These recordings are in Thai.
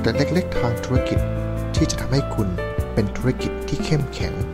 เด็ดเล็กๆทางธุรกิจที่จะทำให้คุณเป็นธุรกิจที่เข้มแข็ง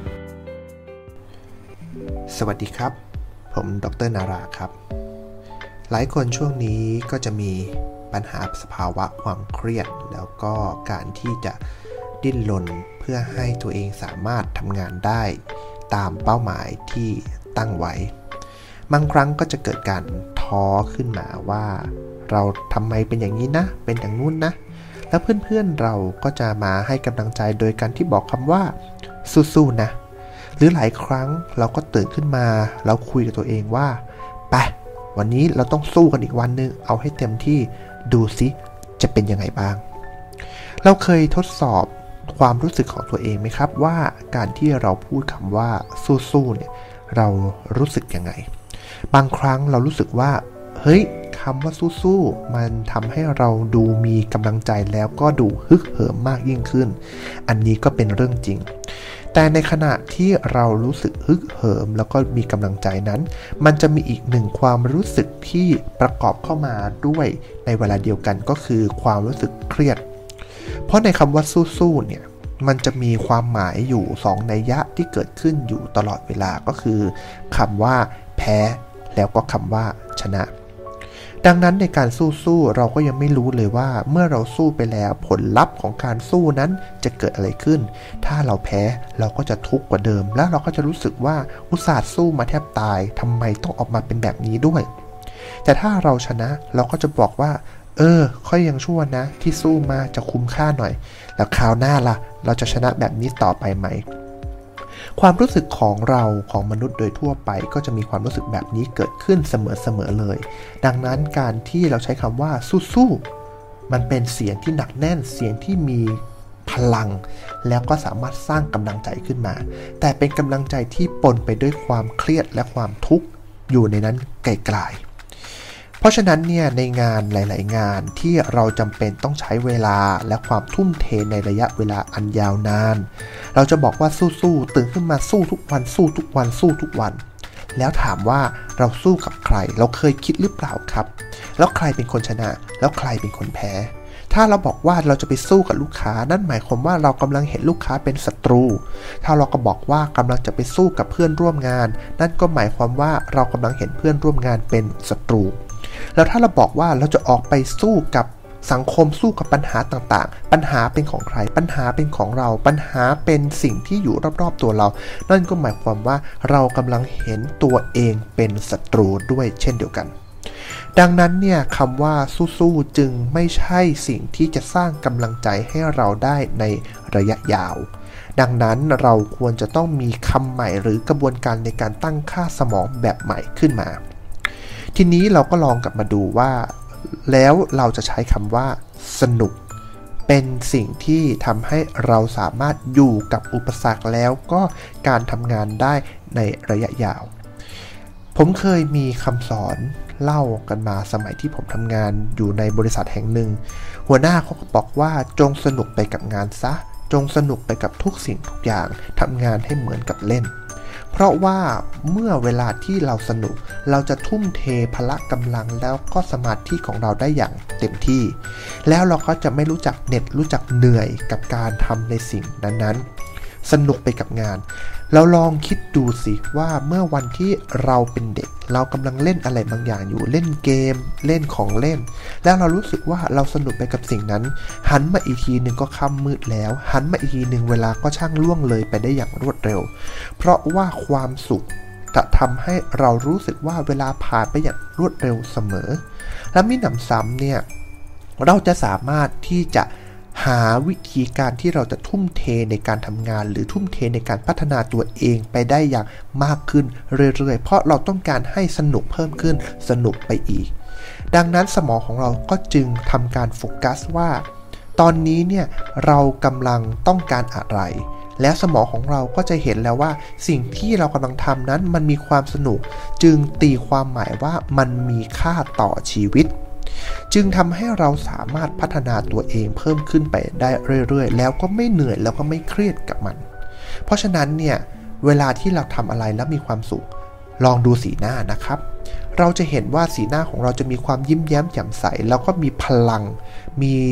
สวัสดีครับผมดร.นาราครับหลายคนช่วงนี้ก็จะมีปัญหาสภาวะความเครียดแล้วก็การที่จะดิ้นรนเพื่อให้ตัวเองสามารถทำงานได้ตามเป้าหมายที่ตั้งไว้บางครั้งก็จะเกิดการท้อขึ้นมาว่าเราทำไมเป็นอย่างนี้นะเป็นอย่างนู้นนะแล้วเพื่อนๆเราก็จะมาให้กำลังใจโดยการที่บอกคำว่าสู้ๆนะหรือหลายครั้งเราก็ตื่นขึ้นมาเราคุยกับตัวเองว่าไปวันนี้เราต้องสู้กันอีกวันนึงเอาให้เต็มที่ดูซิจะเป็นยังไงบ้างเราเคยทดสอบความรู้สึกของตัวเองไหมครับว่าการที่เราพูดคำว่าสู้ๆเนี่ยเรารู้สึกยังไงบางครั้งเรารู้สึกว่าเฮ้ยคำว่าสู้ๆมันทำให้เราดูมีกำลังใจแล้วก็ดูฮึกเหิมมากยิ่งขึ้นอันนี้ก็เป็นเรื่องจริงแต่ในขณะที่เรารู้สึกฮึกเหิมแล้วก็มีกำลังใจนั้นมันจะมีอีกหนึ่งความรู้สึกที่ประกอบเข้ามาด้วยในเวลาเดียวกันก็คือความรู้สึกเครียดเพราะในคำว่าสู้ๆเนี่ยมันจะมีความหมายอยู่2นัยยะที่เกิดขึ้นอยู่ตลอดเวลาก็คือคำว่าแพ้แล้วก็คำว่าชนะดังนั้นในการสู้เราก็ยังไม่รู้เลยว่าเมื่อเราสู้ไปแล้วผลลัพธ์ของการสู้นั้นจะเกิดอะไรขึ้นถ้าเราแพ้เราก็จะทุกข์กว่าเดิมแล้วเราก็จะรู้สึกว่าอุตส่าห์สู้มาแทบตายทำไมต้องออกมาเป็นแบบนี้ด้วยแต่ถ้าเราชนะเราก็จะบอกว่าค่อยยังชั่วนะที่สู้มาจะคุ้มค่าหน่อยแล้วคราวหน้าล่ะเราจะชนะแบบนี้ต่อไปไหมความรู้สึกของเราของมนุษย์โดยทั่วไปก็จะมีความรู้สึกแบบนี้เกิดขึ้นเสมอเลยดังนั้นการที่เราใช้คำว่าสู้มันเป็นเสียงที่หนักแน่นเสียงที่มีพลังแล้วก็สามารถสร้างกำลังใจขึ้นมาแต่เป็นกำลังใจที่ปนไปด้วยความเครียดและความทุกข์อยู่ในนั้นไกลๆเพราะฉะนั้นเนี่ยในงานหลายๆงานที่เราจำเป็นต้องใช้เวลาและความทุ่มเทในระยะเวลาอันยาวนานเราจะบอกว่าสู้ๆตื่นขึ้นมาสู้ทุกวันสู้ทุกวันสู้ทุกวันแล้วถามว่าเราสู้กับใครเราเคยคิดหรือเปล่าครับแล้วใครเป็นคนชนะแล้วใครเป็นคนแพ้ถ้าเราบอกว่าเราจะไปสู้กับลูกค้านั่นหมายความว่าเรากำลังเห็นลูกค้าเป็นศัตรูถ้าเราก็บอกว่ากำลังจะไปสู้กับเพื่อนร่วมงานนั่นก็หมายความว่าเรากำลังเห็นเพื่อนร่วมงานเป็นศัตรูแล้วถ้าเราบอกว่าเราจะออกไปสู้กับสังคมสู้กับปัญหาต่างๆปัญหาเป็นของใครปัญหาเป็นของเราปัญหาเป็นสิ่งที่อยู่รอบๆตัวเรานั่นก็หมายความว่าเรากำลังเห็นตัวเองเป็นศัตรูด้วยเช่นเดียวกันดังนั้นเนี่ยคำว่าสู้ๆจึงไม่ใช่สิ่งที่จะสร้างกำลังใจให้เราได้ในระยะยาวดังนั้นเราควรจะต้องมีคำใหม่หรือกระบวนการในการตั้งค่าสมองแบบใหม่ขึ้นมาทีนี้เราก็ลองกลับมาดูว่าแล้วเราจะใช้คำว่าสนุกเป็นสิ่งที่ทำให้เราสามารถอยู่กับอุปสรรคแล้วก็การทำงานได้ในระยะยาวผมเคยมีคำสอนเล่ากันมาสมัยที่ผมทำงานอยู่ในบริษัทแห่งหนึ่งหัวหน้าเขาก็บอกว่าจงสนุกไปกับงานซะจงสนุกไปกับทุกสิ่งทุกอย่างทำงานให้เหมือนกับเล่นเพราะว่าเมื่อเวลาที่เราสนุกเราจะทุ่มเทพละกำลังแล้วก็สมาธิของเราได้อย่างเต็มที่แล้วเราก็จะไม่รู้จักเหน็ดรู้จักเหนื่อยกับการทำในสิ่งนั้นๆสนุกไปกับงานเราลองคิดดูสิว่าเมื่อวันที่เราเป็นเด็กเรากำลังเล่นอะไรบางอย่างอยู่เล่นเกมเล่นของเล่นแล้วเรารู้สึกว่าเราสนุกไปกับสิ่งนั้นหันมาอีกทีหนึ่งก็ค่ำมืดแล้วหันมาอีกทีหนึ่งเวลาก็ช่างล่วงเลยไปได้อย่างรวดเร็วเพราะว่าความสุขจะทำให้เรารู้สึกว่าเวลาผ่านไปอย่างรวดเร็วเสมอและมิหนำซ้ำเนี่ยเราจะสามารถที่จะหาวิธีการที่เราจะทุ่มเทในการทำงานหรือทุ่มเทในการพัฒนาตัวเองไปได้อย่างมากขึ้นเรื่อยๆเพราะเราต้องการให้สนุกเพิ่มขึ้นสนุกไปอีกดังนั้นสมองของเราก็จึงทำการโฟกัสว่าตอนนี้เนี่ยเรากำลังต้องการอะไรแล้วสมองของเราก็จะเห็นแล้วว่าสิ่งที่เรากำลังทำนั้นมันมีความสนุกจึงตีความหมายว่ามันมีค่าต่อชีวิตจึงทำให้เราสามารถพัฒนาตัวเองเพิ่มขึ้นไปได้เรื่อยๆแล้วก็ไม่เหนื่อยแล้วก็ไม่เครียดกับมันเพราะฉะนั้นเนี่ยเวลาที่เราทำอะไรแล้วมีความสุขลองดูสีหน้านะครับเราจะเห็นว่าสีหน้าของเราจะมีความยิ้มแย้มแจ่มใสแล้วก็มีพลังมี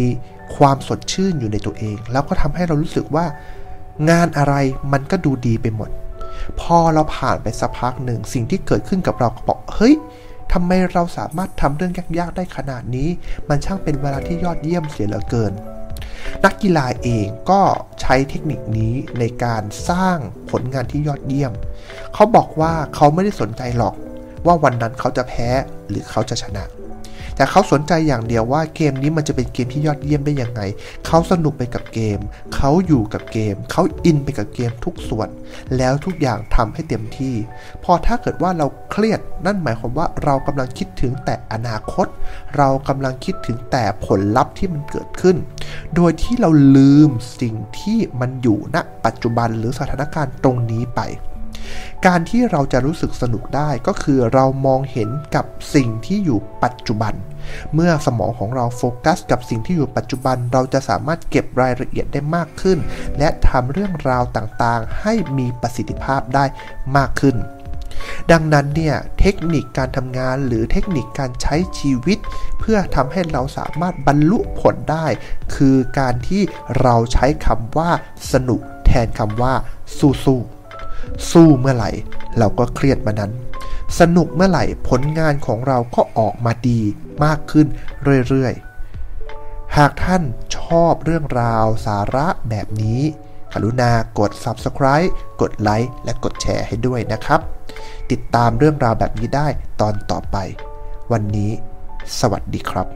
ความสดชื่นอยู่ในตัวเองแล้วก็ทำให้เรารู้สึกว่างานอะไรมันก็ดูดีไปหมดพอเราผ่านไปสักพักหนึ่งสิ่งที่เกิดขึ้นกับเราก็บอกเฮ้ยทำไมเราสามารถทำเรื่องยากๆได้ขนาดนี้มันช่างเป็นเวลาที่ยอดเยี่ยมเสียเหลือเกินนักกีฬาเองก็ใช้เทคนิคนี้ในการสร้างผลงานที่ยอดเยี่ยมเขาบอกว่าเขาไม่ได้สนใจหรอกว่าวันนั้นเขาจะแพ้หรือเขาจะชนะแต่เขาสนใจอย่างเดียวว่าเกมนี้มันจะเป็นเกมที่ยอดเยี่ยมได้ยังไงเขาสนุกไปกับเกมเขาอยู่กับเกมเขาอินไปกับเกมทุกส่วนแล้วทุกอย่างทำให้เต็มที่พอถ้าเกิดว่าเราเครียดนั่นหมายความว่าเรากำลังคิดถึงแต่อนาคตเรากำลังคิดถึงแต่ผลลัพธ์ที่มันเกิดขึ้นโดยที่เราลืมสิ่งที่มันอยู่ณปัจจุบันหรือสถานการณ์ตรงนี้ไปการที่เราจะรู้สึกสนุกได้ก็คือเรามองเห็นกับสิ่งที่อยู่ปัจจุบันเมื่อสมองของเราโฟกัสกับสิ่งที่อยู่ปัจจุบันเราจะสามารถเก็บรายละเอียดได้มากขึ้นและทำเรื่องราวต่างๆให้มีประสิทธิภาพได้มากขึ้นดังนั้นเนี่ยเทคนิคการทำงานหรือเทคนิคการใช้ชีวิตเพื่อทำให้เราสามารถบรรลุผลได้คือการที่เราใช้คำว่าสนุกแทนคำว่าสู้เมื่อไหร่เราก็เครียดมานั้นสนุกเมื่อไหร่ผลงานของเราก็ออกมาดีมากขึ้นเรื่อยๆหากท่านชอบเรื่องราวสาระแบบนี้กรุณากด Subscribe กดไลค์และกดแชร์ให้ด้วยนะครับติดตามเรื่องราวแบบนี้ได้ตอนต่อไปวันนี้สวัสดีครับ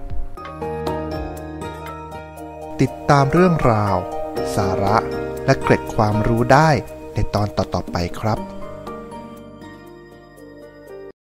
ติดตามเรื่องราวสาระและเกร็ดความรู้ได้ในตอนต่อๆไปครับ